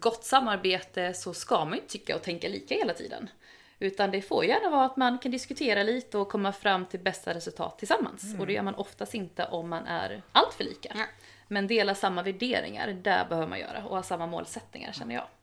gott samarbete så ska man ju tycka och tänka lika hela tiden. Utan det får gärna vara att man kan diskutera lite och komma fram till bästa resultat tillsammans. Och det gör man oftast inte om man är allt för lika. Ja. Men dela samma värderingar, där behöver man göra. Och ha samma målsättningar, känner jag.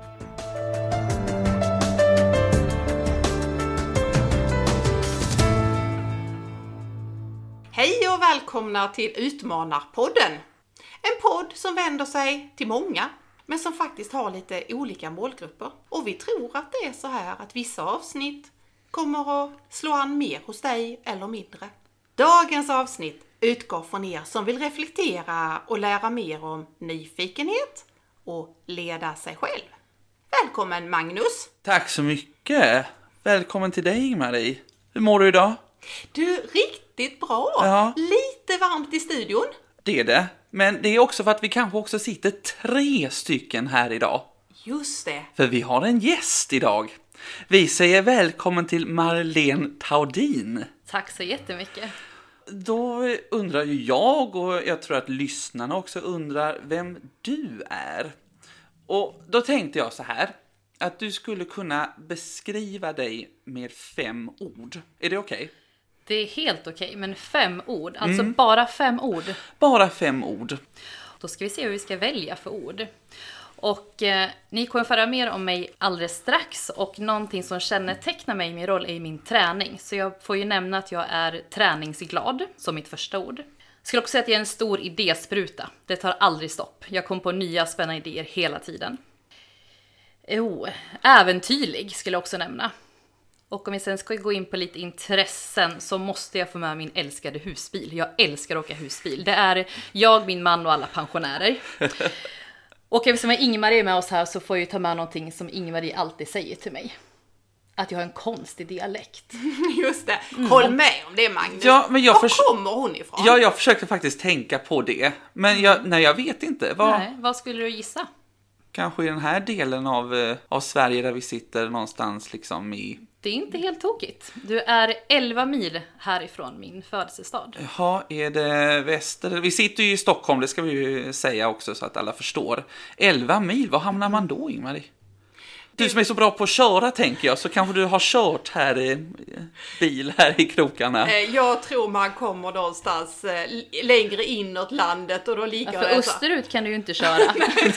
Hej och välkomna till Utmanarpodden. En podd som vänder sig till många, men som faktiskt har lite olika målgrupper. Och vi tror att det är så här att vissa avsnitt kommer att slå an mer hos dig eller mindre. Dagens avsnitt utgår från er som vill reflektera och lära mer om nyfikenhet och leda sig själv. Välkommen Magnus! Tack så mycket! Välkommen till dig Marie. Hur mår du idag? Du, riktigt bra! Ja. Lite varmt i studion. Det är det. Men det är också för att vi kanske också sitter 3 stycken här idag. Just det. För vi har en gäst idag. Vi säger välkommen till Marlene Taudin. Tack så jättemycket. Då undrar ju jag, och jag tror att lyssnarna också undrar, vem du är. Och då tänkte jag så här, att du skulle kunna beskriva dig med 5 ord. Är det okej? Det är helt okej, men 5 ord, alltså bara 5 ord. Bara 5 ord. Då ska vi se hur vi ska välja för ord. Och ni kommer föra mer om mig alldeles strax. Och någonting som kännetecknar mig i min roll är min träning. Så jag får ju nämna att jag är träningsglad som mitt första ord. Jag skulle också säga att jag är en stor idéspruta. Det tar aldrig stopp. Jag kommer på nya spännande idéer hela tiden. Äventyrlig skulle jag också nämna. Och om vi sen ska gå in på lite intressen så måste jag få med min älskade husbil. Jag älskar att åka husbil. Det är jag, min man och alla pensionärer. Och eftersom Ingmarie är med oss här så får jag ju ta med någonting som Ingmarie alltid säger till mig. Att jag har en konstig dialekt. Just det. Håll med om det, Magnus. Ja, men var kommer hon ifrån? Ja, jag försökte faktiskt tänka på det. Men jag vet inte. Vad skulle du gissa? Kanske i den här delen av Sverige där vi sitter någonstans liksom i... Det är inte helt tokigt. Du är 11 mil härifrån min födelsestad. Jaha, är det väster? Vi sitter ju i Stockholm, det ska vi ju säga också så att alla förstår. 11 mil, var hamnar man då, Ingmarie? Du som är så bra på att köra, tänker jag, så kanske du har kört här i bil här i krokarna. Jag tror man kommer någonstans längre inåt landet och då ligger för österut kan du ju inte köra.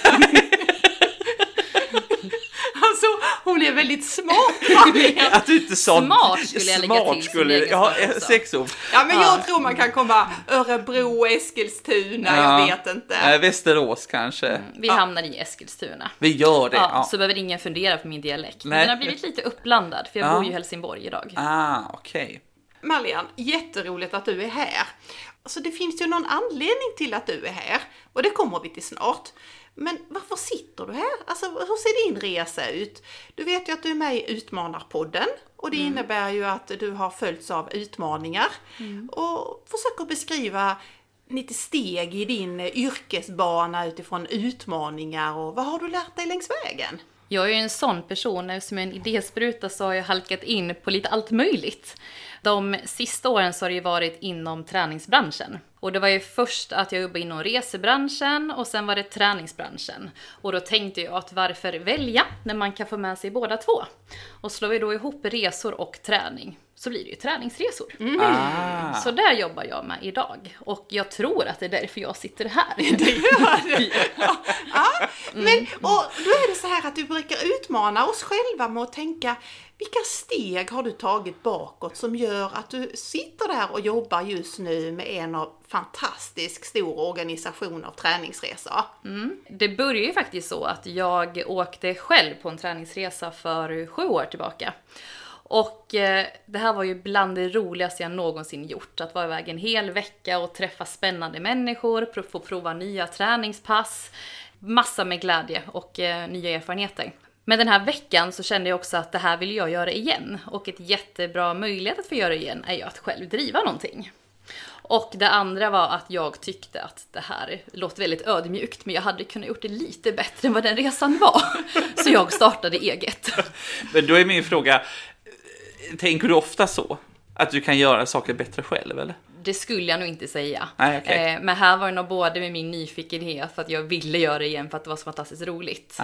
Alltså, hon är väldigt smart. Att du inte sa smart skulle jag lägga till som egenskap. 6 ord. Ja, men jag tror man kan komma Örebro, Eskilstuna, jag vet inte. Västerås kanske. Vi hamnar i Eskilstuna. Vi gör det. Ja. Så behöver ingen fundera på min dialekt. Men den har blivit lite uppblandad, för jag bor ju i Helsingborg idag. Okej. Marlene, jätteroligt att du är här. Alltså, det finns ju någon anledning till att du är här. Och det kommer vi till snart. Men varför sitter du här? Alltså, hur ser din resa ut? Du vet ju att du är med i Utmanarpodden. Och det innebär ju att du har följts av utmaningar. Och försöker beskriva lite steg i din yrkesbana utifrån utmaningar. Och vad har du lärt dig längs vägen? Jag är ju en sån person. Eftersom jag är en idéspruta så har jag halkat in på lite allt möjligt. De sista åren så har det ju varit inom träningsbranschen. Och det var ju först att jag jobbade inom resebranschen och sen var det träningsbranschen. Och då tänkte jag att varför välja när man kan få med sig båda två? Och slår vi då ihop resor och träning så blir det ju träningsresor. Så där jobbar jag med idag. Och jag tror att det är därför jag sitter här. Det gör det. Men och då är det så här att du brukar utmana oss själva med att tänka, vilka steg har du tagit bakåt som gör att du sitter där och jobbar just nu med en av fantastisk stor organisation av träningsresor? Det började ju faktiskt så att jag åkte själv på en träningsresa för 7 år tillbaka. Och det här var ju bland det roligaste jag någonsin gjort. Att vara iväg en hel vecka och träffa spännande människor, få prova nya träningspass, massa med glädje och nya erfarenheter. Men den här veckan så kände jag också att det här vill jag göra igen. Och ett jättebra möjlighet att få göra igen är ju att själv driva någonting. Och det andra var att jag tyckte att det här låter väldigt ödmjukt, men jag hade kunnat gjort det lite bättre än vad den resan var. Så jag startade eget. Men då är min fråga, tänker du ofta så? Att du kan göra saker bättre själv, eller? det skulle jag nog inte säga. Nej, okej. Men här var det nog både med min nyfikenhet för att jag ville göra det igen för att det var så fantastiskt roligt.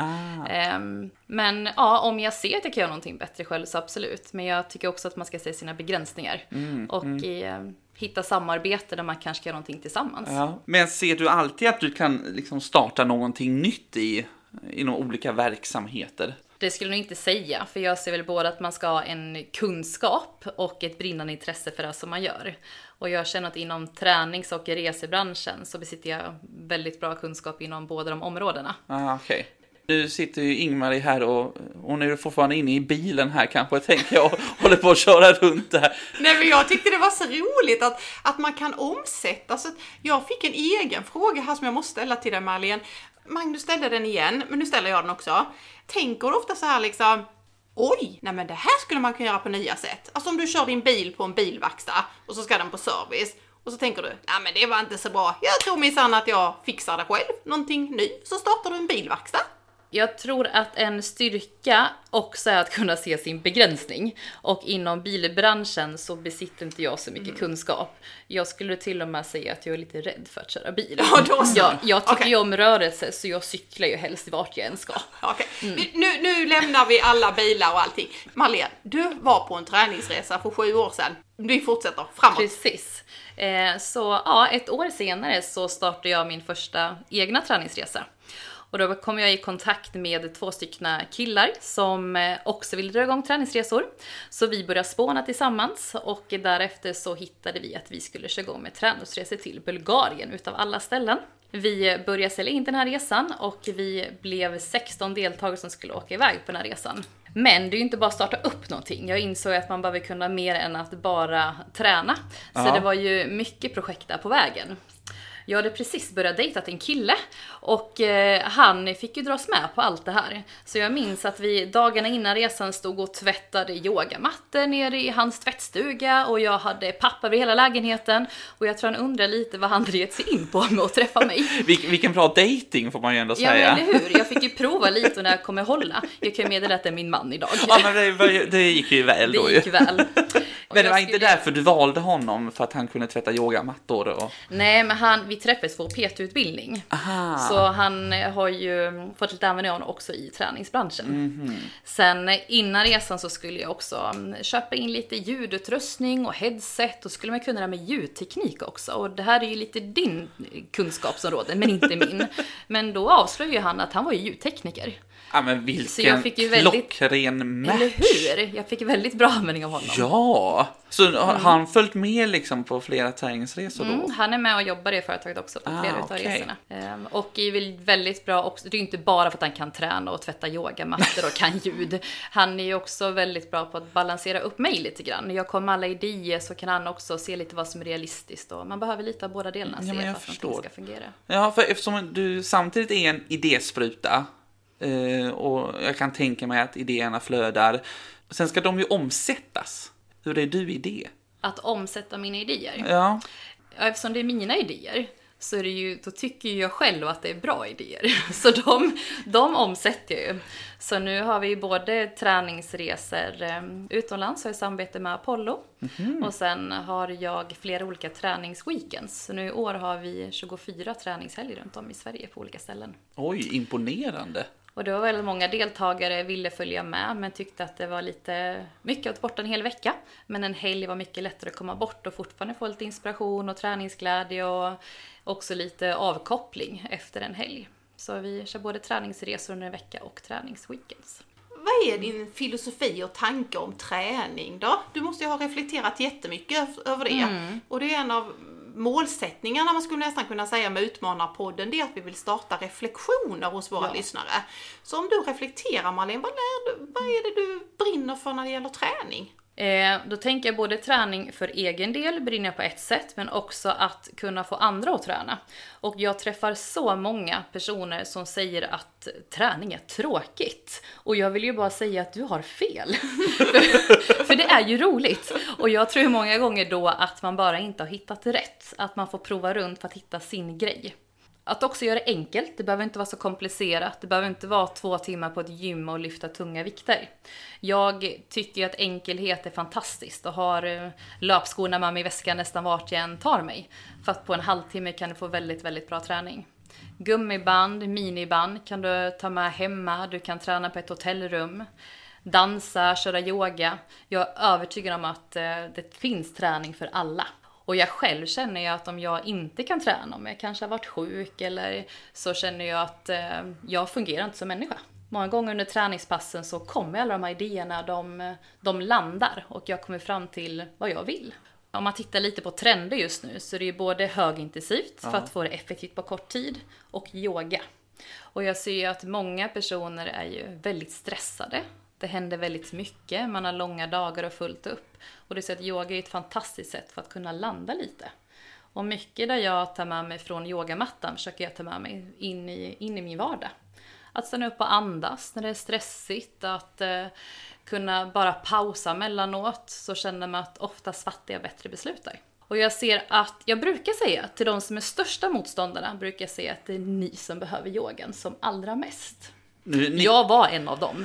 Men ja, om jag ser att jag kan göra någonting bättre själv så absolut. Men jag tycker också att man ska se sina begränsningar. Och hitta samarbete där man kanske kan göra någonting tillsammans. Ja. Men ser du alltid att du kan liksom starta någonting nytt inom olika verksamheter? Det skulle jag nog inte säga, för jag ser väl både att man ska ha en kunskap och ett brinnande intresse för det som man gör. Och jag känner att inom tränings- och resebranschen så besitter jag väldigt bra kunskap inom båda de områdena. Okej. Nu sitter ju Ingmarie här och hon är fortfarande inne i bilen här kanske, tänker jag, och håller på att köra runt där. Nej, men jag tyckte det var så roligt att man kan omsätta. Så jag fick en egen fråga här som jag måste ställa till dig, Marlene. Magnus ställde den igen, men nu ställer jag den också. Tänker du ofta så här liksom, oj, nej men det här skulle man kunna göra på nya sätt. Alltså om du kör din bil på en bilverkstad och så ska den på service. Och så tänker du, nej men det var inte så bra. Jag tror minsann att jag fixar det själv. Någonting ny. Så startar du en bilverkstad. Jag tror att en styrka också är att kunna se sin begränsning. Och inom bilbranschen så besitter inte jag så mycket kunskap. Jag skulle till och med säga att jag är lite rädd för att köra bil. Ja, då så. Jag tycker ju om rörelse, så jag cyklar ju helst vart jag än ska. Okej. Nu lämnar vi alla bilar och allting. Marlene, du var på en träningsresa för 7 år sedan. Vi fortsätter framåt. Precis. Så ja, ett år senare så startade jag min första egna träningsresa. Och då kom jag i kontakt med 2 stycken killar som också ville dra igång träningsresor. Så vi började spåna tillsammans och därefter så hittade vi att vi skulle köra igång med träningsresor till Bulgarien utav alla ställen. Vi började sälja in den här resan och vi blev 16 deltagare som skulle åka iväg på den här resan. Men det är ju inte bara att starta upp någonting. Jag insåg att man behöver kunna mer än att bara träna. Så det var ju mycket projekt där på vägen. Jag hade precis börjat dejta en kille och han fick ju dras med på allt det här. Så jag minns att vi dagarna innan resan stod och tvättade yogamattor nere i hans tvättstuga och jag hade papper över hela lägenheten och jag tror han undrar lite vad han hade gett sig in på med att träffa mig. Vilken bra dating får man ju ändå säga. Ja, men eller hur? Jag fick ju prova lite när jag kommer hålla. Jag kan ju meddela att det är min man idag. Ja, men det gick ju väl då. Det gick väl. Men det var inte därför du valde honom, för att han kunde tvätta yogamattor och... Nej, men vi träffades på PT-utbildning. Så han har ju fått lite användning av också i träningsbranschen. Sen innan resan så skulle jag också köpa in lite ljudutrustning och headset och skulle man kunna det med ljudteknik också. Och det här är ju lite din kunskapsområde, men inte min. Men då avslöjade ju han att han var ju ljudtekniker. Ja, men vilken klockren match. Eller hur? Jag fick väldigt bra användning av honom. Ja, så har han följt med liksom på flera träningsresor då? Han är med och jobbar i företaget också på flera av resorna. Och är väl väldigt bra också. Det är ju inte bara för att han kan träna och tvätta yogamattor och kan ljud. Han är ju också väldigt bra på att balansera upp mig lite grann. När jag kommer med alla idéer så kan han också se lite vad som är realistiskt. Och man behöver lite av båda delarna för att någonting ska fungera. Ja, för eftersom du samtidigt är en idéspruta och jag kan tänka mig att idéerna flödar. Sen ska de ju omsättas. Hur är du i det? Att omsätta mina idéer? Ja. Eftersom det är mina idéer så är det ju, då tycker jag själv att det är bra idéer. Så de omsätter jag ju. Så nu har vi både träningsresor utomlands, har jag samarbete med Apollo. Och sen har jag flera olika träningsweekends. Så nu i år har vi 24 träningshelger runt om i Sverige på olika ställen. Oj, imponerande. Och det var väldigt många deltagare ville följa med men tyckte att det var lite mycket att borta en hel vecka. Men en helg var mycket lättare att komma bort och fortfarande få lite inspiration och träningsglädje och också lite avkoppling efter en helg. Så vi kör både träningsresor under en vecka och träningsweekends. Vad är din filosofi och tanke om träning då? Du måste ju ha reflekterat jättemycket över det. Och det är en av målsättningarna, man skulle nästan kunna säga med Utmanarpodden, det är att vi vill starta reflektioner hos våra lyssnare. Så om du reflekterar, Marlene, vad är det du brinner för när det gäller träning? Då tänker jag både träning för egen del, brinner jag på ett sätt, men också att kunna få andra att träna. Och jag träffar så många personer som säger att träning är tråkigt. Och jag vill ju bara säga att du har fel. För det är ju roligt. Och jag tror många gånger då att man bara inte har hittat rätt. Att man får prova runt för att hitta sin grej. Att också göra det enkelt, det behöver inte vara så komplicerat. Det behöver inte vara 2 timmar på ett gym och lyfta tunga vikter. Jag tycker att enkelhet är fantastiskt och har löpskorna med mig i väskan nästan vart jag än tar mig. För att på en halvtimme kan du få väldigt, väldigt bra träning. Gummiband, miniband kan du ta med hemma, du kan träna på ett hotellrum. Dansa, köra yoga. Jag är övertygad om att det finns träning för alla. Och jag själv känner ju att om jag inte kan träna, om jag kanske har varit sjuk eller så känner jag att jag fungerar inte som människa. Många gånger under träningspassen så kommer alla de här idéerna, de landar och jag kommer fram till vad jag vill. Om man tittar lite på trender just nu så är det ju både högintensivt för att få det effektivt på kort tid och yoga. Och jag ser ju att många personer är ju väldigt stressade. Det händer väldigt mycket, man har långa dagar och fullt upp. Och det är så att yoga är ett fantastiskt sätt för att kunna landa lite. Och mycket där jag tar med mig från yogamattan försöker jag ta med mig in i min vardag. Att stanna upp och andas när det är stressigt, att kunna bara pausa mellanåt så känner man att oftast fattar jag bättre beslut där. Och jag ser att, jag brukar säga till de som är största motståndarna, brukar jag säga att det är ni som behöver yogan som allra mest. Jag var en av dem.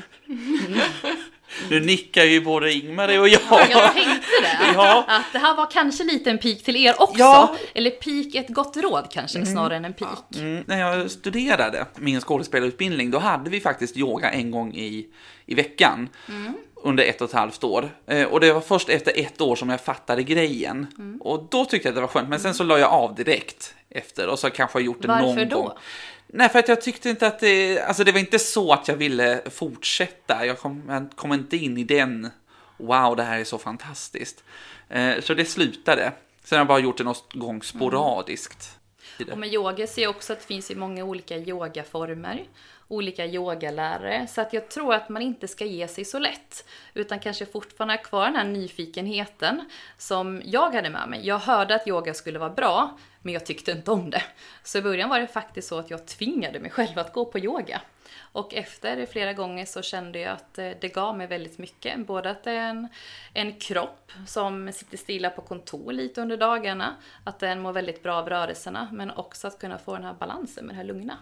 Nu nickar ju både Ingmar och jag. Jag tänkte det. Ja. Att det här var kanske lite en pik till er också. Ja. Eller pik ett gott råd kanske snarare än en pik. När jag studerade min skådespelarutbildning då hade vi faktiskt yoga en gång i veckan. Under 1,5 år. Och det var först efter 1 år som jag fattade grejen. Och då tyckte jag att det var skönt. Men sen så la jag av direkt efter. Och så kanske jag gjort det någon gång. Varför då? Nej, för att jag tyckte inte att det var inte så att jag ville fortsätta. Jag kom inte in i den, wow, det här är så fantastiskt. Så det slutade. Sen har jag bara gjort det någon gång sporadiskt. Och med yoga ser jag också att det finns ju många olika yogaformer, olika yogalärare. Så att jag tror att man inte ska ge sig så lätt. Utan kanske fortfarande ha kvar den här nyfikenheten som jag hade med mig. Jag hörde att yoga skulle vara bra, men jag tyckte inte om det. Så i början var det faktiskt så att jag tvingade mig själv att gå på yoga. Och efter flera gånger så kände jag att det gav mig väldigt mycket. Både att det är en kropp som sitter stilla på kontor lite under dagarna. Att den mår väldigt bra av rörelserna. Men också att kunna få den här balansen med det här lugna.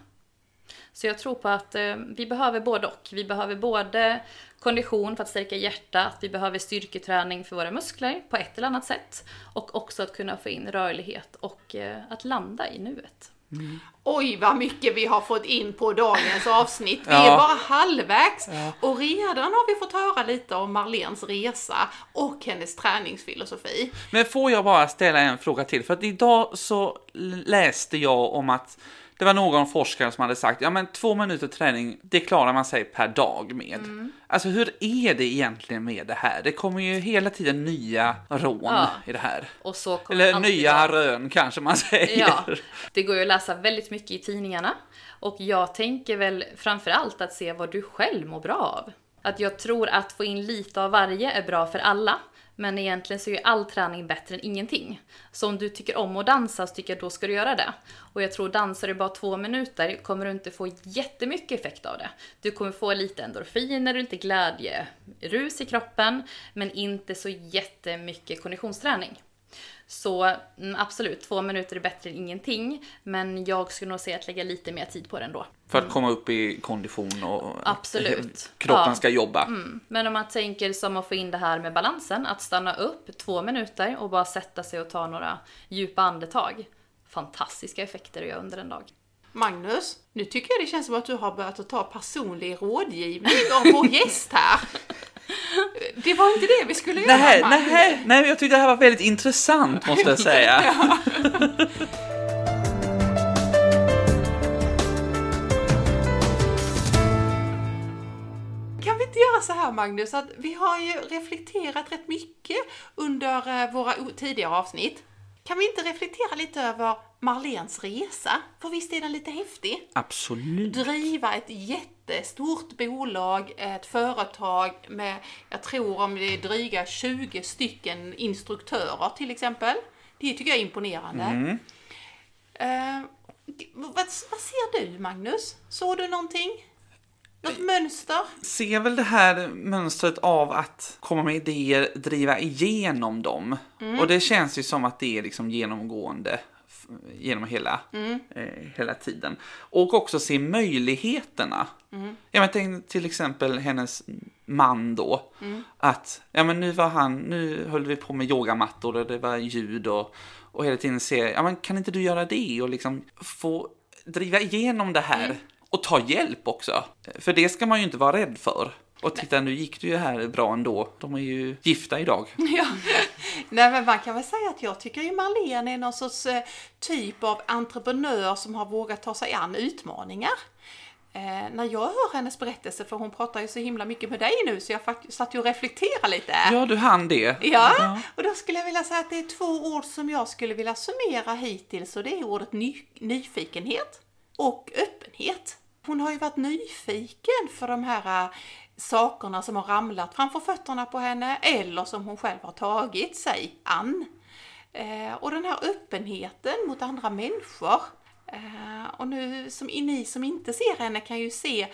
Så jag tror på att vi behöver både och. Vi behöver både kondition för att stärka hjärtat. Vi behöver styrketräning för våra muskler på ett eller annat sätt. Och också att kunna få in rörlighet och att landa i nuet. Oj, vad mycket vi har fått in på dagens avsnitt. Vi är bara halvvägs. Och redan har vi fått höra lite om Marlenes resa och hennes träningsfilosofi. Men får jag bara ställa en fråga till? För att idag så läste jag om att det var någon forskare som hade sagt, ja men 2 minuter träning, det klarar man sig per dag med. Alltså hur är det egentligen med det här? Det kommer ju hela tiden nya rån i det här. Och så eller nya rön kanske man säger. Ja, det går ju att läsa väldigt mycket i tidningarna. Och jag tänker väl framförallt att se vad du själv mår bra av. Att jag tror att få in lite av varje är bra för alla. Men egentligen så är ju all träning bättre än ingenting. Så om du tycker om att dansa så tycker jag då ska du göra det. Och jag tror dansar du bara 2 minuter kommer du inte få jättemycket effekt av det. Du kommer få lite endorfiner, lite glädje, rus i kroppen. Men inte så jättemycket konditionsträning. Så absolut, 2 minuter är bättre än ingenting. Men jag skulle nog säga att lägga lite mer tid på den då. För att komma upp i kondition och absolut. Kroppen ska jobba. Men om man tänker som att få in det här med balansen. Att stanna upp 2 minuter och bara sätta sig och ta några djupa andetag. Fantastiska effekter att göra under en dag. Magnus, nu tycker jag det känns som att du har börjat att ta personlig rådgivning av vår gäst här. Det var inte det vi skulle göra. Nej, jag tyckte det här var väldigt intressant måste jag säga. Kan vi inte göra så här, Magnus, att vi har ju reflekterat rätt mycket under våra tidigare avsnitt. Kan vi inte reflektera lite över Marlenes resa? För visst är den lite häftig? Absolut. Driva ett jättestort bolag, ett företag med, jag tror om det är dryga 20 stycken instruktörer till exempel. Det tycker jag är imponerande. Vad ser du, Magnus? Såg du någonting? Något mönster? Ser väl det här mönstret av att komma med idéer, driva igenom dem. Och det känns ju som att det är liksom genomgående genom hela tiden. Och också se möjligheterna. Jag tänker till exempel hennes man då. Att nu höll vi på med yogamattor och det var ljud och hela tiden se, kan inte du göra det? Och liksom få driva igenom det här. Och ta hjälp också. För det ska man ju inte vara rädd för. Och titta, nu gick det ju här bra ändå. De är ju gifta idag. Ja. Nej, men man kan väl säga att jag tycker ju Marlene är någon sorts typ av entreprenör som har vågat ta sig an utmaningar. När jag hör hennes berättelse, för hon pratar ju så himla mycket med dig nu, så jag satt ju och reflekterade lite. Ja, du hann det. Ja, och då skulle jag vilja säga att det är 2 ord som jag skulle vilja summera hittills, och det är ordet nyfikenhet och öppenhet. Hon har ju varit nyfiken för de här sakerna som har ramlat framför fötterna på henne eller som hon själv har tagit sig an. Och den här öppenheten mot andra människor. Och nu ni som inte ser henne kan ju se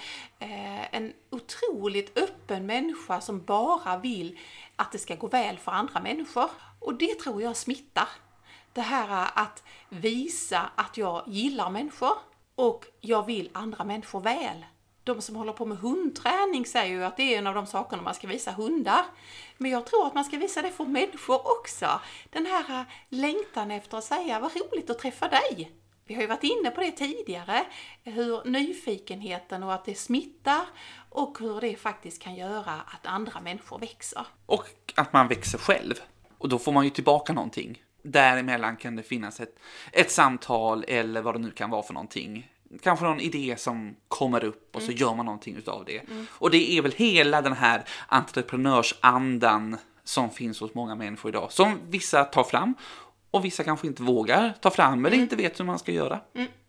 en otroligt öppen människa som bara vill att det ska gå väl för andra människor. Och det tror jag smittar. Det här att visa att jag gillar människor och jag vill andra människor väl. De som håller på med hundträning säger ju att det är en av de sakerna man ska visa hundar. Men jag tror att man ska visa det för människor också. Den här längtan efter att säga, vad roligt att träffa dig. Vi har ju varit inne på det tidigare, hur nyfikenheten och att det smittar och hur det faktiskt kan göra att andra människor växer. Och att man växer själv. Och då får man ju tillbaka någonting. Däremellan kan det finnas ett samtal eller vad det nu kan vara för någonting. Kanske någon idé som kommer upp och så gör man någonting utav det. Och det är väl hela den här entreprenörsandan som finns hos många människor idag. Som vissa tar fram och vissa kanske inte vågar ta fram eller inte vet hur man ska göra.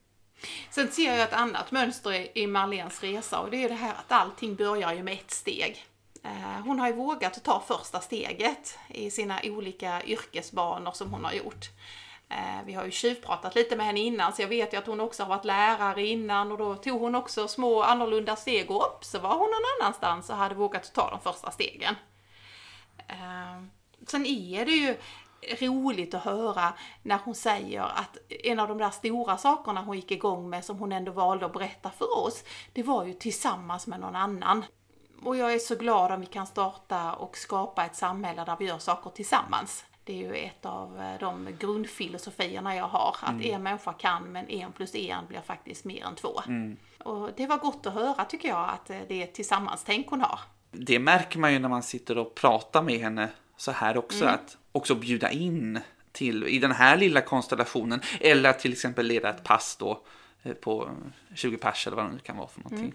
Sen ser jag ett annat mönster i Marlenes resa, och det är det här att allting börjar ju med ett steg. Hon har ju vågat ta första steget i sina olika yrkesbanor som hon har gjort. Vi har ju tjuvpratat lite med henne innan, så jag vet ju att hon också har varit lärare innan, och då tog hon också små annorlunda steg och upp så var hon någon annanstans och hade vågat ta de första stegen. Sen är det ju roligt att höra när hon säger att en av de där stora sakerna hon gick igång med som hon ändå valde att berätta för oss, det var ju tillsammans med någon annan. Och jag är så glad om vi kan starta och skapa ett samhälle där vi gör saker tillsammans. Det är ju ett av de grundfilosofierna jag har. Att en människa kan, men 1 + 1 blir faktiskt mer än 2. Och det var gott att höra, tycker jag, att det är tillsammans-tänk hon har. Det märker man ju när man sitter och pratar med henne så här också. Att också bjuda in till i den här lilla konstellationen. Eller till exempel leda ett pass då på 20 pers eller vad det nu kan vara för någonting.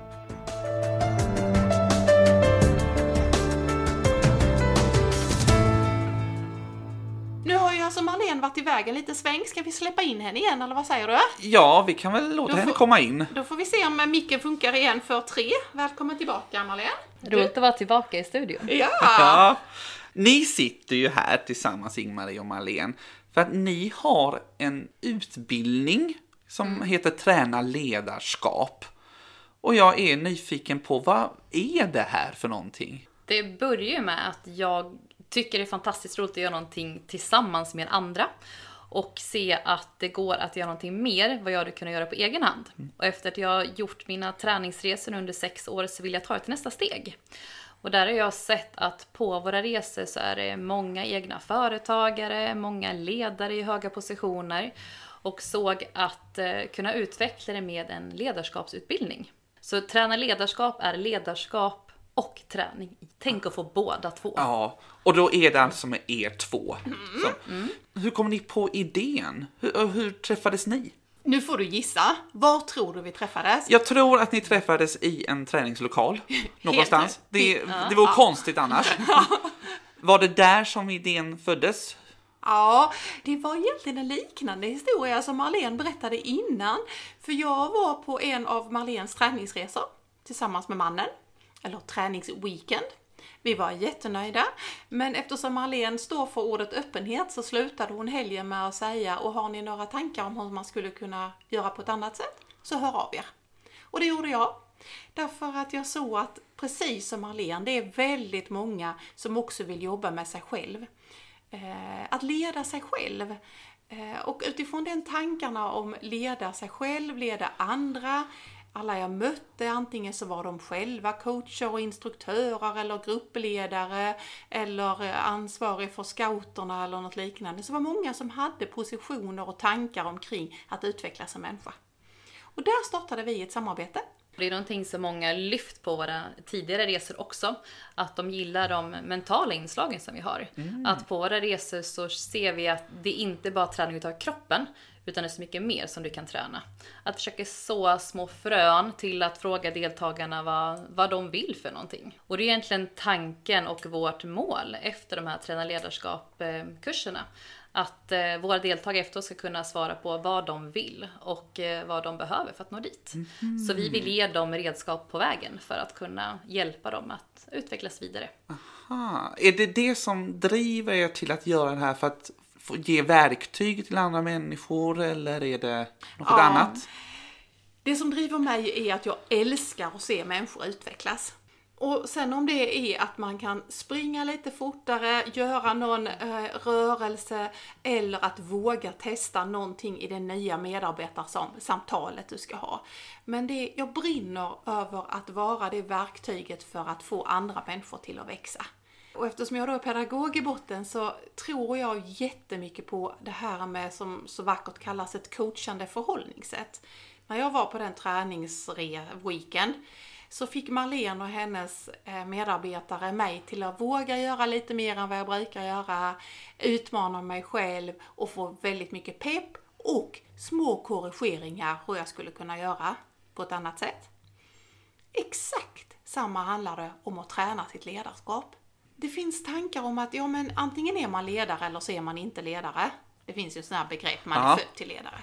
Nu har ju alltså Marlene varit iväg en liten sväng. Ska vi släppa in henne igen, eller vad säger du? Ja, vi kan väl låta henne komma in. Då får vi se om micken funkar igen för 3. Välkommen tillbaka, Marlene. Roligt att vara tillbaka i studion. Ja. Ni sitter ju här tillsammans, Ingmarie och Marlene, för att ni har en utbildning som heter Träna ledarskap. Och jag är nyfiken på, vad är det här för någonting? Det börjar ju med att jag tycker det är fantastiskt roligt att göra någonting tillsammans med andra. Och se att det går att göra någonting mer vad jag hade kunnat göra på egen hand. Och efter att jag har gjort mina träningsresor under 6 år så vill jag ta det till nästa steg. Och där har jag sett att på våra resor så är det många egna företagare, många ledare i höga positioner. Och såg att kunna utveckla det med en ledarskapsutbildning. Så träna ledarskap är ledarskap och träning. Tänk att få båda 2. Ja, och då är det alltså med er 2. Hur kom ni på idén? Hur träffades ni? Nu får du gissa. Var tror du vi träffades? Jag tror att ni träffades i en träningslokal någonstans. Det vore konstigt annars. Var det där som idén föddes? Ja, det var egentligen en liknande historia som Marlene berättade innan. För jag var på en av Marlenes träningsresor tillsammans med mannen. Eller träningsweekend. Vi var jättenöjda. Men eftersom Marlene står för ordet öppenhet så slutade hon helgen med att säga: och har ni några tankar om hur man skulle kunna göra på ett annat sätt, så hör av er. Och det gjorde jag. Därför att jag såg att precis som Marlene, det är väldigt många som också vill jobba med sig själv. Att leda sig själv Och utifrån den tankarna om leda sig själv, leda andra, alla jag mötte, antingen så var de själva coacher och instruktörer eller gruppledare eller ansvarig för scouterna eller något liknande. Så var många som hade positioner och tankar omkring att utvecklas som människa. Och där startade vi ett samarbete. Det är någonting som många lyft på våra tidigare resor också. Att de gillar de mentala inslagen som vi har. Att på våra resor så ser vi att det inte bara är träning utav kroppen. Utan det är så mycket mer som du kan träna. Att försöka så små frön till att fråga deltagarna vad de vill för någonting. Och det är egentligen tanken och vårt mål efter de här tränarledarskap-kurserna. Att våra deltagare efteråt ska kunna svara på vad de vill och vad de behöver för att nå dit. Så vi vill ge dem redskap på vägen för att kunna hjälpa dem att utvecklas vidare. Aha. Är det det som driver er till att göra det här för att ge verktyg till andra människor eller är det något annat? Det som driver mig är att jag älskar att se människor utvecklas. Och sen om det är att man kan springa lite fortare, göra någon rörelse eller att våga testa någonting i det nya medarbetarsamtalet du ska ha. Men jag brinner över att vara det verktyget för att få andra människor till att växa. Och eftersom jag då är pedagog i botten så tror jag jättemycket på det här med som så vackert kallas ett coachande förhållningssätt. När jag var på den träningsweekend så fick Marlene och hennes medarbetare mig till att våga göra lite mer än vad jag brukar göra, utmana mig själv och få väldigt mycket pepp och små korrigeringar hur jag skulle kunna göra på ett annat sätt. Exakt samma handlar det om att träna sitt ledarskap. Det finns tankar om att antingen är man ledare eller så är man inte ledare. Det finns ju sådana här begrepp, man är född till ledare.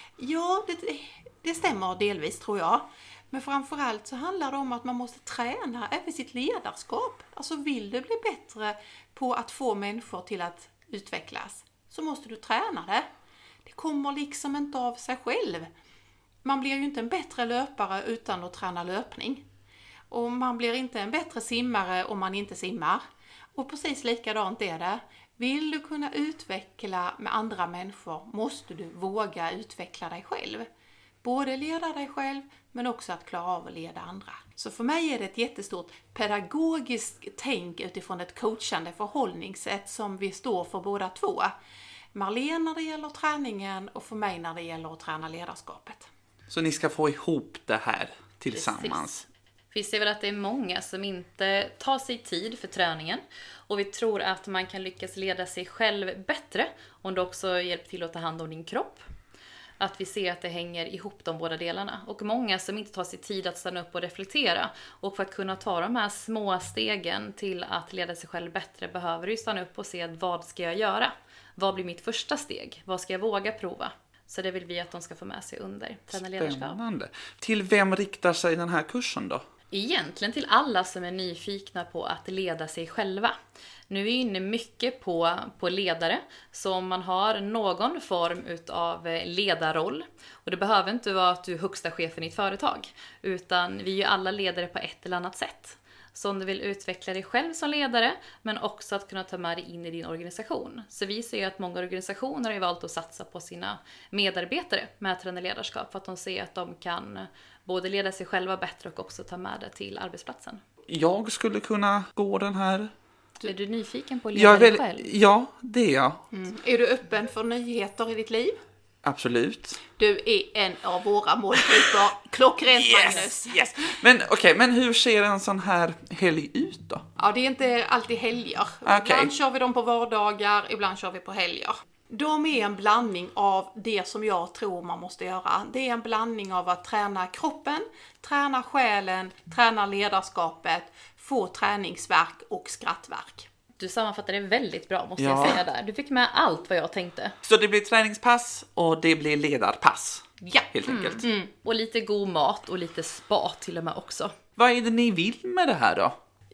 Ja, det stämmer delvis tror jag. Men framförallt så handlar det om att man måste träna även sitt ledarskap. Alltså vill du bli bättre på att få människor till att utvecklas så måste du träna det. Det kommer liksom inte av sig själv. Man blir ju inte en bättre löpare utan att träna löpning. Och man blir inte en bättre simmare om man inte simmar. Och precis likadant är det. Vill du kunna utveckla med andra människor måste du våga utveckla dig själv. Både leda dig själv men också att klara av att leda andra. Så för mig är det ett jättestort pedagogiskt tänk utifrån ett coachande förhållningssätt som vi står för båda två. Marlene när det gäller träningen och för mig när det gäller att träna ledarskapet. Så ni ska få ihop det här tillsammans? Precis. Vi ser väl att det är många som inte tar sig tid för träningen och vi tror att man kan lyckas leda sig själv bättre om du också hjälper till att ta hand om din kropp. Att vi ser att det hänger ihop de båda delarna. Och många som inte tar sig tid att stanna upp och reflektera. Och för att kunna ta de här små stegen till att leda sig själv bättre behöver du stanna upp och se vad ska jag göra? Vad blir mitt första steg? Vad ska jag våga prova? Så det vill vi att de ska få med sig under Träna ledarskap. Spännande. Till vem riktar sig den här kursen då? Egentligen till alla som är nyfikna på att leda sig själva. Nu är vi inne mycket på ledare, så om man har någon form utav ledarroll, och det behöver inte vara att du är högsta chefen i ett företag, utan vi är ju alla ledare på ett eller annat sätt. Så om du vill utveckla dig själv som ledare, men också att kunna ta med dig in i din organisation. Så vi ser ju att många organisationer har valt att satsa på sina medarbetare med Träna ledarskap, för att de ser att de kan både leda sig själva bättre och också ta med det till arbetsplatsen. Jag skulle kunna gå den här. Är du nyfiken på att leda dig själv? Ja, det är jag. Är du öppen för nyheter i ditt liv? Absolut. Du är en av våra målgrupper. Klockrent, Magnus. Yes. Men hur ser en sån här helg ut då? Ja, det är inte alltid helger. Ibland kör vi dem på vardagar, ibland kör vi på helger. De är en blandning av det som jag tror man måste göra. Det är en blandning av att träna kroppen, träna själen, träna ledarskapet, få träningsverk och skrattverk. Du sammanfattade det väldigt bra, måste jag säga där. Du fick med allt vad jag tänkte. Så det blir träningspass och det blir ledarpass. Ja. Helt enkelt. Och lite god mat och lite spa till och med också. Vad är det ni vill med det här då?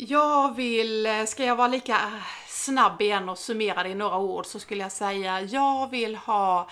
Ska jag vara lika snabb igen och summera det i några ord, så skulle jag säga jag vill ha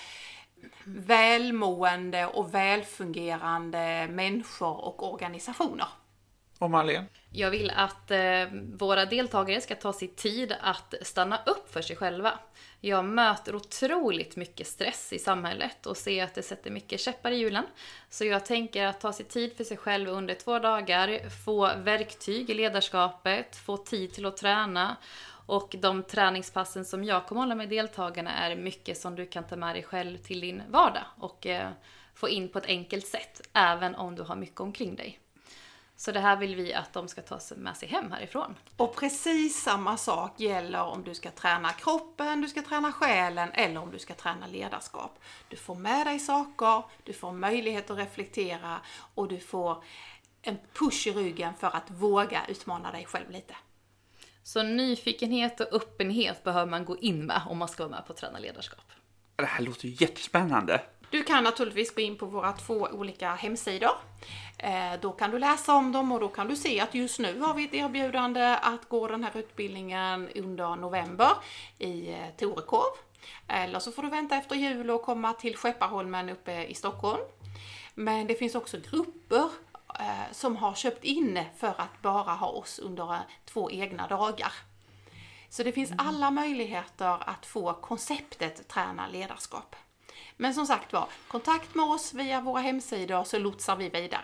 välmående och välfungerande människor och organisationer. Och Marlene? Jag vill att våra deltagare ska ta sig tid att stanna upp för sig själva. Jag möter otroligt mycket stress i samhället och ser att det sätter mycket käppar i hjulen. Så jag tänker att ta sig tid för sig själv under 2 dagar, få verktyg i ledarskapet, få tid till att träna. Och de träningspassen som jag kommer hålla med deltagarna är mycket som du kan ta med dig själv till din vardag och få in på ett enkelt sätt, även om du har mycket omkring dig. Så det här vill vi att de ska ta med sig hem härifrån. Och precis samma sak gäller om du ska träna kroppen, du ska träna själen eller om du ska träna ledarskap. Du får med dig saker, du får möjlighet att reflektera och du får en push i ryggen för att våga utmana dig själv lite. Så nyfikenhet och öppenhet behöver man gå in med om man ska vara med på att träna ledarskap. Det här låter ju jättespännande. Du kan naturligtvis gå in på våra 2 olika hemsidor. Då kan du läsa om dem och då kan du se att just nu har vi ett erbjudande att gå den här utbildningen under november i Torekov. Eller så får du vänta efter jul och komma till Skepparholmen uppe i Stockholm. Men det finns också grupper som har köpt in för att bara ha oss under 2 egna dagar. Så det finns alla möjligheter att få konceptet träna ledarskap. Men som sagt var, kontakt med oss via våra hemsidor så lotsar vi vidare.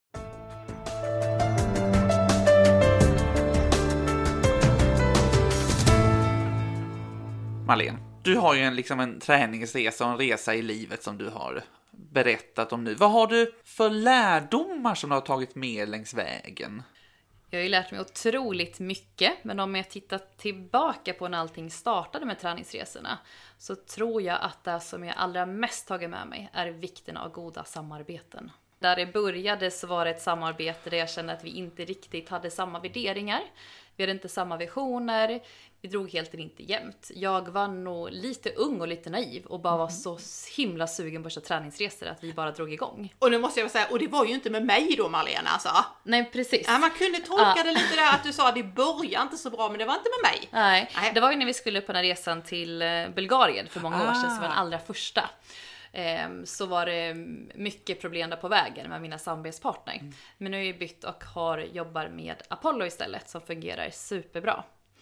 Marlene, du har ju en träningsresa och en resa i livet som du har berättat om nu. Vad har du för lärdomar som du har tagit med längs vägen? Jag har ju lärt mig otroligt mycket, men om jag tittar tillbaka på när allting startade med träningsresorna så tror jag att det som jag allra mest tagit med mig är vikten av goda samarbeten. Där det började så var det ett samarbete där jag kände att vi inte riktigt hade samma värderingar. Vi hade inte samma visioner. Vi drog helt enkelt inte jämnt. Jag var nog lite ung och lite naiv och bara var så himla sugen på att köra träningsresor att vi bara drog igång. Och nu måste jag säga, och det var ju inte med mig då Marlene alltså. Nej, precis. Ja, man kunde tolka det lite där att du sa att det började inte så bra, men det var inte med mig. Nej, det var ju när vi skulle på den här resan till Bulgarien för många år sedan, som var den allra första. Så var det mycket problem där på vägen med mina samarbetspartner. Men nu är jag bytt och jobbar med Apollo istället som fungerar superbra.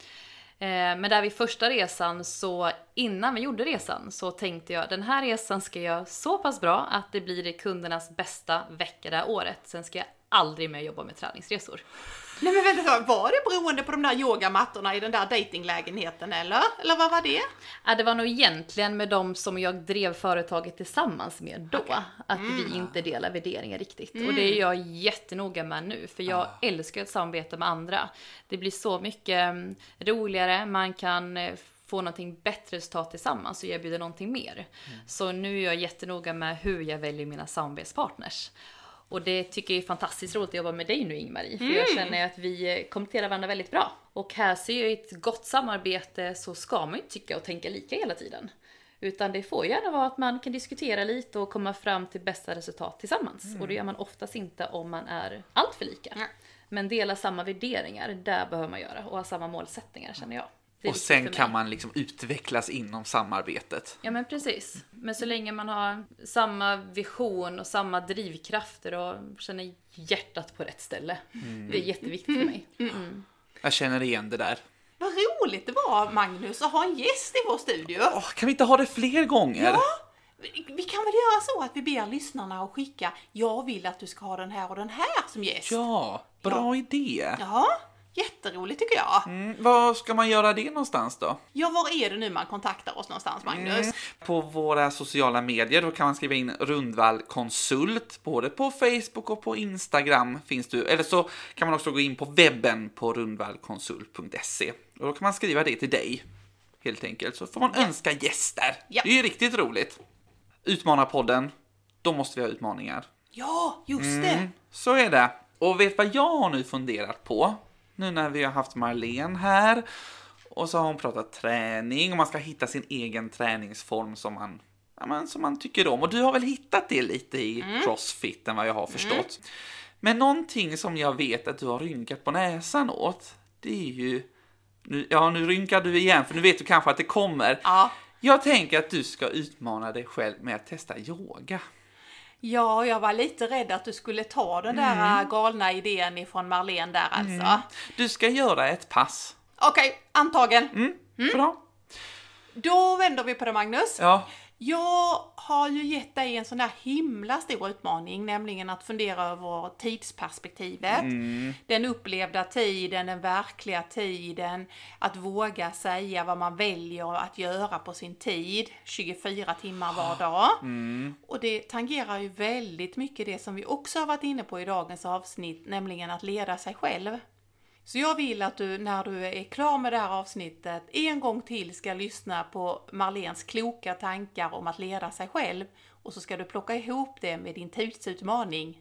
Men där vid första resan, så innan vi gjorde resan så tänkte jag den här resan ska jag så pass bra att det blir kundernas bästa vecka det här året. Sen ska jag aldrig mer jobba med träningsresor. Nej men vänta, var det beroende på de där yogamattorna i den där datinglägenheten eller vad var det? Ja, det var nog egentligen med de som jag drev företaget tillsammans med då. Okay. Att vi inte delar värderingar riktigt. Och det är jag jättenoga med nu. För jag älskar att samarbeta med andra. Det blir så mycket roligare. Man kan få någonting bättre resultat tillsammans och erbjuda någonting mer. Så nu är jag jättenoga med hur jag väljer mina samarbetspartners. Och det tycker jag är fantastiskt roligt att jobba med dig nu, Ingmarie. För jag känner att vi kompletterar varandra väldigt bra. Och här ser jag ett gott samarbete så ska man ju tycka och tänka lika hela tiden. Utan det får gärna vara att man kan diskutera lite och komma fram till bästa resultat tillsammans. Och det gör man oftast inte om man är allt för lika. Men dela samma värderingar, där behöver man göra. Och ha samma målsättningar, känner jag. Och sen kan man utvecklas inom samarbetet. Ja men precis. Men så länge man har samma vision och samma drivkrafter och känner hjärtat på rätt ställe. Det är jätteviktigt för mig. Jag känner igen det där. Vad roligt det var, Magnus, att ha en gäst i vår studio. Kan vi inte ha det fler gånger? Ja, vi kan väl göra så att vi ber lyssnarna att skicka jag vill att du ska ha den här och den här som gäst. Ja, bra idé. Ja. Jätteroligt tycker jag. Var ska man göra det någonstans då? Ja, var är det nu man kontaktar oss någonstans, Magnus? På våra sociala medier, då kan man skriva in Rundvall Konsult. Både på Facebook och på Instagram finns du. Eller så kan man också gå in på webben på rundvallkonsult.se. Och då kan man skriva det till dig, helt enkelt. Så får man önska gäster. Det är ju riktigt roligt. Utmanarpodden, då måste vi ha utmaningar. Ja, just det. Så är det. Och vet vad jag har nu funderat på? Nu när vi har haft Marlene här och så har hon pratat träning och man ska hitta sin egen träningsform som man tycker om. Och du har väl hittat det lite i crossfiten vad jag har förstått. Men någonting som jag vet att du har rynkat på näsan åt, det är ju... Nu rynkar du igen för nu vet du kanske att det kommer. Ja. Jag tänker att du ska utmana dig själv med att testa yoga. Ja, jag var lite rädd att du skulle ta den där galna idén ifrån Marlene där alltså. Du ska göra ett pass. Okej, antagen. Bra. Då vänder vi på det, Magnus. Ja. Jag har ju gett dig en sån där himla stor utmaning, nämligen att fundera över tidsperspektivet. Den upplevda tiden, den verkliga tiden, att våga säga vad man väljer att göra på sin tid, 24 timmar var dag. Och det tangerar ju väldigt mycket det som vi också har varit inne på i dagens avsnitt, nämligen att leda sig själv. Så jag vill att du, när du är klar med det här avsnittet, en gång till ska lyssna på Marlenes kloka tankar om att leda sig själv. Och så ska du plocka ihop det med din tidsutmaning.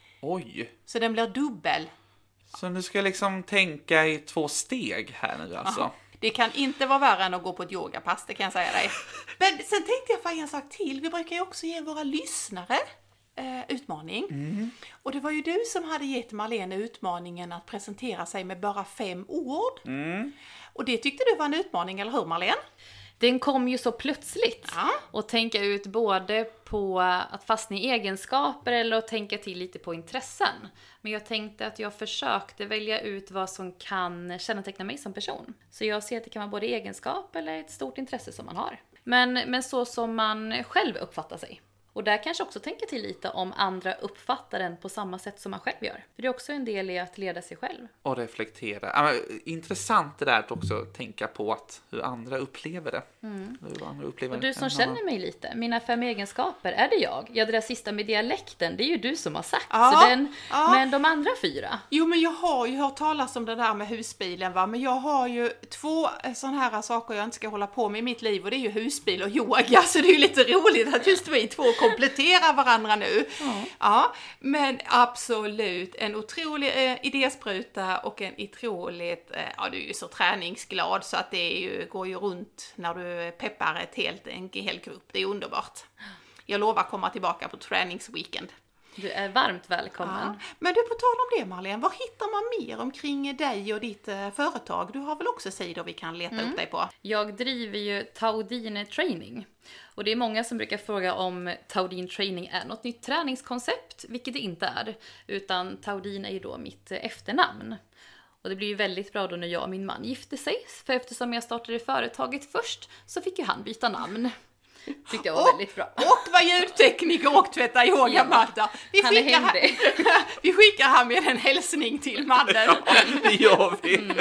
Oj. Så den blir dubbel. Så nu ska jag liksom tänka i 2 steg här nu alltså. Aha. Det kan inte vara värre än att gå på ett yogapass, det kan jag säga dig. Men sen tänkte jag en sak till. Vi brukar ju också ge våra lyssnare utmaning. Och det var ju du som hade gett Marlene utmaningen att presentera sig med bara 5 ord. Och det tyckte du var en utmaning, eller hur Marlene? Den kom ju så plötsligt. Ja. Och tänka ut både på att fastna i egenskaper eller att tänka till lite på intressen. Men jag tänkte att jag försökte välja ut vad som kan känneteckna mig som person. Så jag ser att det kan vara både egenskap eller ett stort intresse som man har. Men så som man själv uppfattar sig. Och där kanske också tänka till lite om andra uppfattar den på samma sätt som man själv gör. För det är också en del i att leda sig själv. Och reflektera. Ja, men, intressant det där att också tänka på hur andra upplever det. Hur andra upplever Och du som känner mig lite, mina 5 egenskaper, är det jag? Ja, det där sista med dialekten, det är ju du som har sagt. Ja, Så men de andra 4? Jo, men jag har ju hört talas om det där med husbilen, va? Men jag har ju 2 sådana här saker jag inte ska hålla på med i mitt liv, och det är ju husbil och yoga. Så det är ju lite roligt att just vi 2 kompletterar varandra nu. Ja, men absolut en otrolig idéspruta och en otroligt, ja, du är ju så träningsglad så att det är ju, går ju runt när du peppar en hel grupp. Det är underbart. Jag lovar komma tillbaka på träningsweekend. Du är varmt välkommen. Ja. Men du, på tal om det Marlene, vad hittar man mer omkring dig och ditt företag? Du har väl också sidor vi kan leta upp dig på? Jag driver ju Taudine Training. Och det är många som brukar fråga om Taudine Training är något nytt träningskoncept, vilket det inte är. Utan Taudine är ju då mitt efternamn. Och det blir ju väldigt bra då när jag och min man gifte sig. För eftersom jag startade företaget först så fick ju han byta namn. Tyckte jag var väldigt bra. Och var ljudtekniker och tvätta yogamatta. Han är händig. Vi skickar här med en hälsning till mannen. Ja, det gör vi.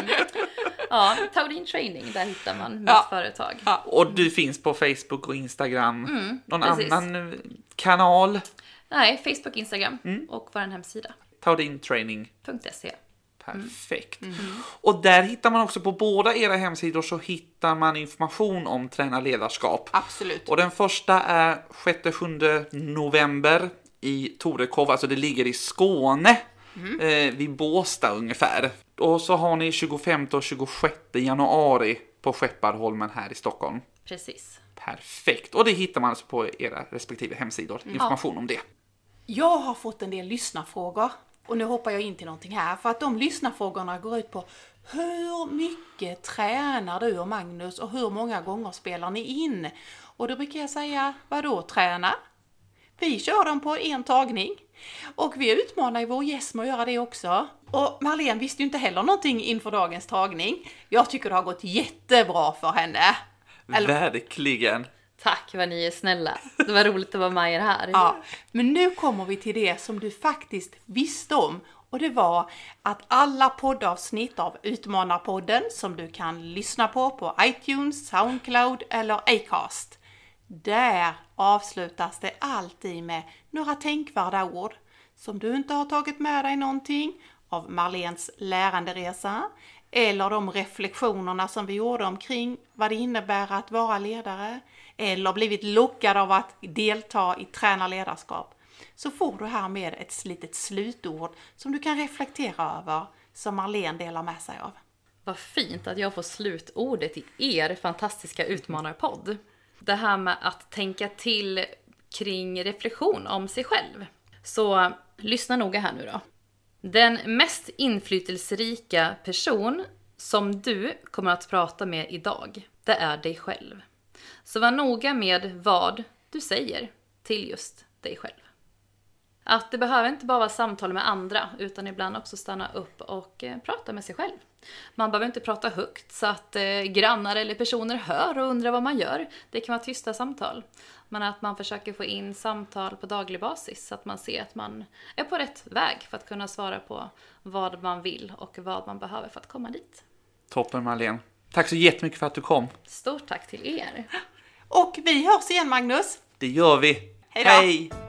Ja, Taudine Training, där hittar man mitt företag. Ja. Och du finns på Facebook och Instagram. Någon precis. annan kanal? Nej, Facebook, Instagram och vår hemsida. Taudintraining.se. .se. Perfekt. Och där hittar man också på båda era hemsidor så hittar man information om tränarledarskap. Absolut. Och den första är 6-7 november i Torekov, alltså det ligger i Skåne, vid Båstad ungefär. Och så har ni 25 och 26 januari på Skepparholmen här i Stockholm. Precis. Perfekt. Och det hittar man alltså på era respektive hemsidor, information om det. Jag har fått en del lyssnarfrågor. Och nu hoppar jag in till någonting här. För att de lyssnarfrågorna går ut på hur mycket tränar du och Magnus och hur många gånger spelar ni in? Och då brukar jag säga, vadå träna? Vi kör dem på en tagning. Och vi utmanar ju vår gäst med att göra det också. Och Marlene visste ju inte heller någonting inför dagens tagning. Jag tycker det har gått jättebra för henne. Verkligen. Tack vad ni är snälla. Det var roligt att vara med er här. Ja, men nu kommer vi till det som du faktiskt visste om. Och det var att alla poddavsnitt av Utmanarpodden som du kan lyssna på iTunes, Soundcloud eller Acast. Där avslutas det alltid med några tänkvärda ord som du inte har tagit med dig någonting av Marlenes läranderesa eller de reflektionerna som vi gjorde omkring vad det innebär att vara ledare eller blivit lockad av att delta i tränarledarskap, så får du här med ett litet slutord som du kan reflektera över som Marlene delar med sig av. Vad fint att jag får slutordet i er fantastiska utmanarpodd. Det här med att tänka till kring reflektion om sig själv. Så lyssna noga här nu då. Den mest inflytelserika person som du kommer att prata med idag, det är dig själv. Så var noga med vad du säger till just dig själv. Att det behöver inte bara vara samtal med andra, utan ibland också stanna upp och prata med sig själv. Man behöver inte prata högt så att grannar eller personer hör och undrar vad man gör. Det kan vara tysta samtal. Men att man försöker få in samtal på daglig basis så att man ser att man är på rätt väg för att kunna svara på vad man vill och vad man behöver för att komma dit. Toppen, Marlene. Tack så jättemycket för att du kom. Stort tack till er. Och vi hörs igen, Magnus. Det gör vi. Hej då. Hej!